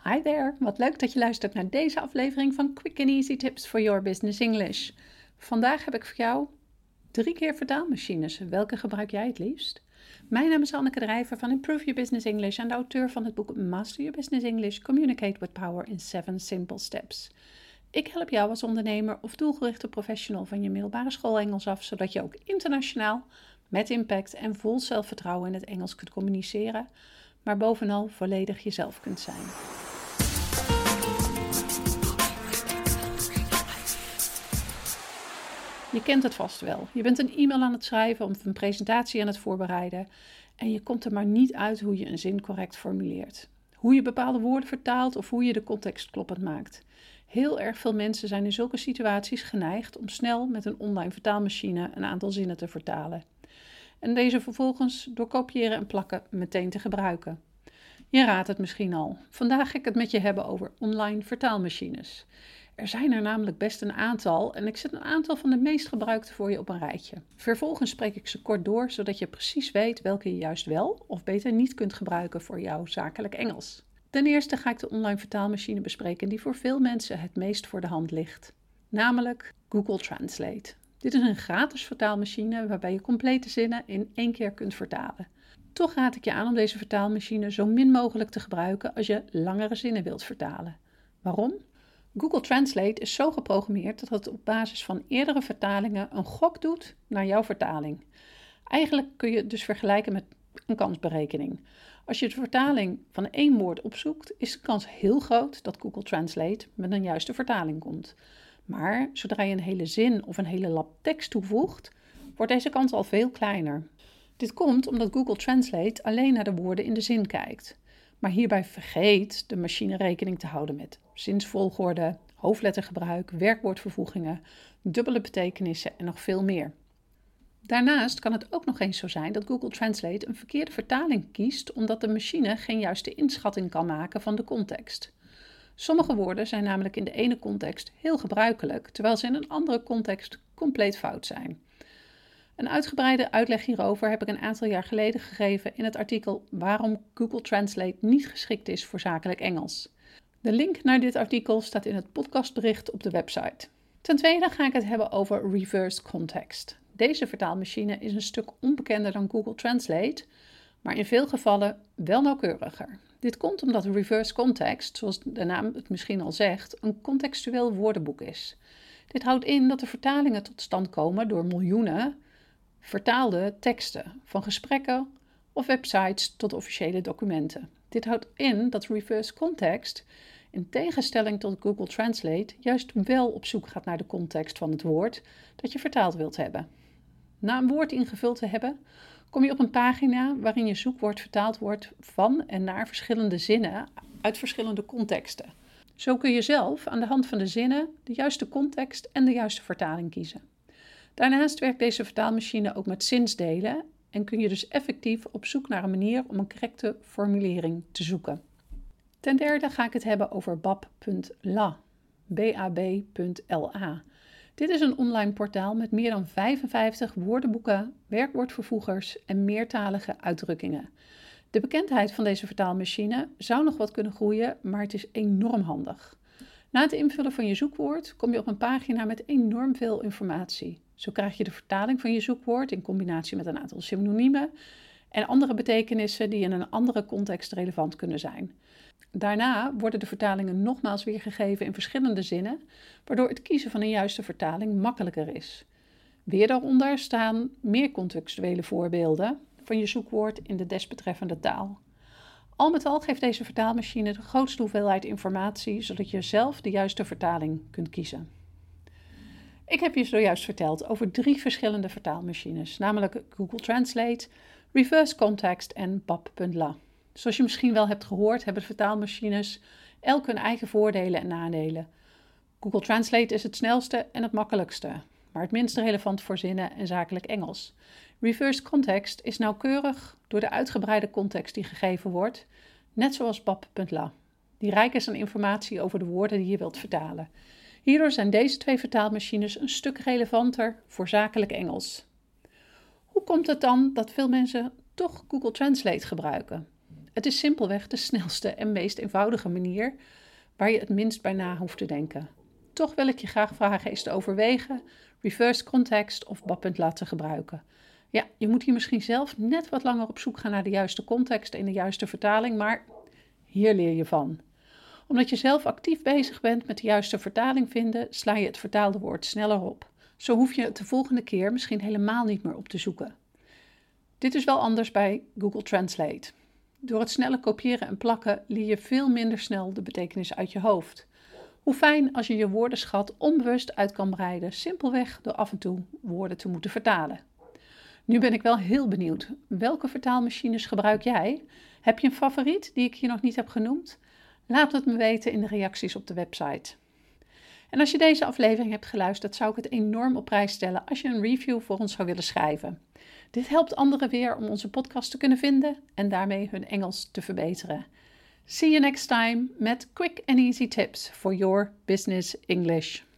Hi there, wat leuk dat je luistert naar deze aflevering van Quick and Easy Tips for Your Business English. Vandaag heb ik voor jou 3 keer vertaalmachines. Welke gebruik jij het liefst? Mijn naam is Anneke Drijver van Improve Your Business English en de auteur van het boek Master Your Business English, Communicate with Power in 7 Simple Steps. Ik help jou als ondernemer of doelgerichte professional van je middelbare school Engels af, zodat je ook internationaal, met impact en vol zelfvertrouwen in het Engels kunt communiceren, maar bovenal volledig jezelf kunt zijn. Je kent het vast wel. Je bent een e-mail aan het schrijven of een presentatie aan het voorbereiden en je komt er maar niet uit hoe je een zin correct formuleert. Hoe je bepaalde woorden vertaalt of hoe je de context kloppend maakt. Heel erg veel mensen zijn in zulke situaties geneigd om snel met een online vertaalmachine een aantal zinnen te vertalen. En deze vervolgens door kopiëren en plakken meteen te gebruiken. Je raadt het misschien al. Vandaag ga ik het met je hebben over online vertaalmachines. Er zijn er namelijk best een aantal en ik zet een aantal van de meest gebruikte voor je op een rijtje. Vervolgens spreek ik ze kort door, zodat je precies weet welke je juist wel of beter niet kunt gebruiken voor jouw zakelijk Engels. Ten eerste ga ik de online vertaalmachine bespreken die voor veel mensen het meest voor de hand ligt. Namelijk Google Translate. Dit is een gratis vertaalmachine waarbij je complete zinnen in 1 keer kunt vertalen. Toch raad ik je aan om deze vertaalmachine zo min mogelijk te gebruiken als je langere zinnen wilt vertalen. Waarom? Google Translate is zo geprogrammeerd dat het op basis van eerdere vertalingen een gok doet naar jouw vertaling. Eigenlijk kun je het dus vergelijken met een kansberekening. Als je de vertaling van 1 woord opzoekt, is de kans heel groot dat Google Translate met een juiste vertaling komt. Maar zodra je een hele zin of een hele lap tekst toevoegt, wordt deze kans al veel kleiner. Dit komt omdat Google Translate alleen naar de woorden in de zin kijkt. Maar hierbij vergeet de machine rekening te houden met zinsvolgorde, hoofdlettergebruik, werkwoordvervoegingen, dubbele betekenissen en nog veel meer. Daarnaast kan het ook nog eens zo zijn dat Google Translate een verkeerde vertaling kiest omdat de machine geen juiste inschatting kan maken van de context. Sommige woorden zijn namelijk in de ene context heel gebruikelijk, terwijl ze in een andere context compleet fout zijn. Een uitgebreide uitleg hierover heb ik een aantal jaar geleden gegeven in het artikel Waarom Google Translate niet geschikt is voor zakelijk Engels. De link naar dit artikel staat in het podcastbericht op de website. Ten tweede ga ik het hebben over reverse context. Deze vertaalmachine is een stuk onbekender dan Google Translate, maar in veel gevallen wel nauwkeuriger. Dit komt omdat reverse context, zoals de naam het misschien al zegt, een contextueel woordenboek is. Dit houdt in dat de vertalingen tot stand komen door miljoenen vertaalde teksten, van gesprekken of websites tot officiële documenten. Dit houdt in dat reverse context, in tegenstelling tot Google Translate, juist wel op zoek gaat naar de context van het woord dat je vertaald wilt hebben. Na een woord ingevuld te hebben, kom je op een pagina waarin je zoekwoord vertaald wordt van en naar verschillende zinnen uit verschillende contexten. Zo kun je zelf aan de hand van de zinnen de juiste context en de juiste vertaling kiezen. Daarnaast werkt deze vertaalmachine ook met zinsdelen en kun je dus effectief op zoek naar een manier om een correcte formulering te zoeken. Ten derde ga ik het hebben over bab.la. BAB.LA. Dit is een online portaal met meer dan 55 woordenboeken, werkwoordvervoegers en meertalige uitdrukkingen. De bekendheid van deze vertaalmachine zou nog wat kunnen groeien, maar het is enorm handig. Na het invullen van je zoekwoord kom je op een pagina met enorm veel informatie. Zo krijg je de vertaling van je zoekwoord in combinatie met een aantal synoniemen en andere betekenissen die in een andere context relevant kunnen zijn. Daarna worden de vertalingen nogmaals weergegeven in verschillende zinnen, waardoor het kiezen van een juiste vertaling makkelijker is. Weer daaronder staan meer contextuele voorbeelden van je zoekwoord in de desbetreffende taal. Al met al geeft deze vertaalmachine de grootste hoeveelheid informatie, zodat je zelf de juiste vertaling kunt kiezen. Ik heb je zojuist verteld over 3 verschillende vertaalmachines, namelijk Google Translate, Reverse Context en bab.la. Zoals je misschien wel hebt gehoord, hebben de vertaalmachines elk hun eigen voordelen en nadelen. Google Translate is het snelste en het makkelijkste, maar het minst relevant voor zinnen en zakelijk Engels. Reverse Context is nauwkeurig door de uitgebreide context die gegeven wordt, net zoals bab.la, die rijk is aan informatie over de woorden die je wilt vertalen. Hierdoor zijn deze 2 vertaalmachines een stuk relevanter voor zakelijk Engels. Hoe komt het dan dat veel mensen toch Google Translate gebruiken? Het is simpelweg de snelste en meest eenvoudige manier waar je het minst bij na hoeft te denken. Toch wil ik je graag vragen eens te overwegen reverse context of BAP laten gebruiken. Ja, je moet hier misschien zelf net wat langer op zoek gaan naar de juiste context en de juiste vertaling, maar hier leer je van. Omdat je zelf actief bezig bent met de juiste vertaling vinden, sla je het vertaalde woord sneller op. Zo hoef je het de volgende keer misschien helemaal niet meer op te zoeken. Dit is wel anders bij Google Translate. Door het snelle kopiëren en plakken leer je veel minder snel de betekenis uit je hoofd. Hoe fijn als je je woordenschat onbewust uit kan breiden, simpelweg door af en toe woorden te moeten vertalen. Nu ben ik wel heel benieuwd. Welke vertaalmachines gebruik jij? Heb je een favoriet die ik hier nog niet heb genoemd? Laat het me weten in de reacties op de website. En als je deze aflevering hebt geluisterd, zou ik het enorm op prijs stellen als je een review voor ons zou willen schrijven. Dit helpt anderen weer om onze podcast te kunnen vinden en daarmee hun Engels te verbeteren. See you next time met quick and easy tips for your business English.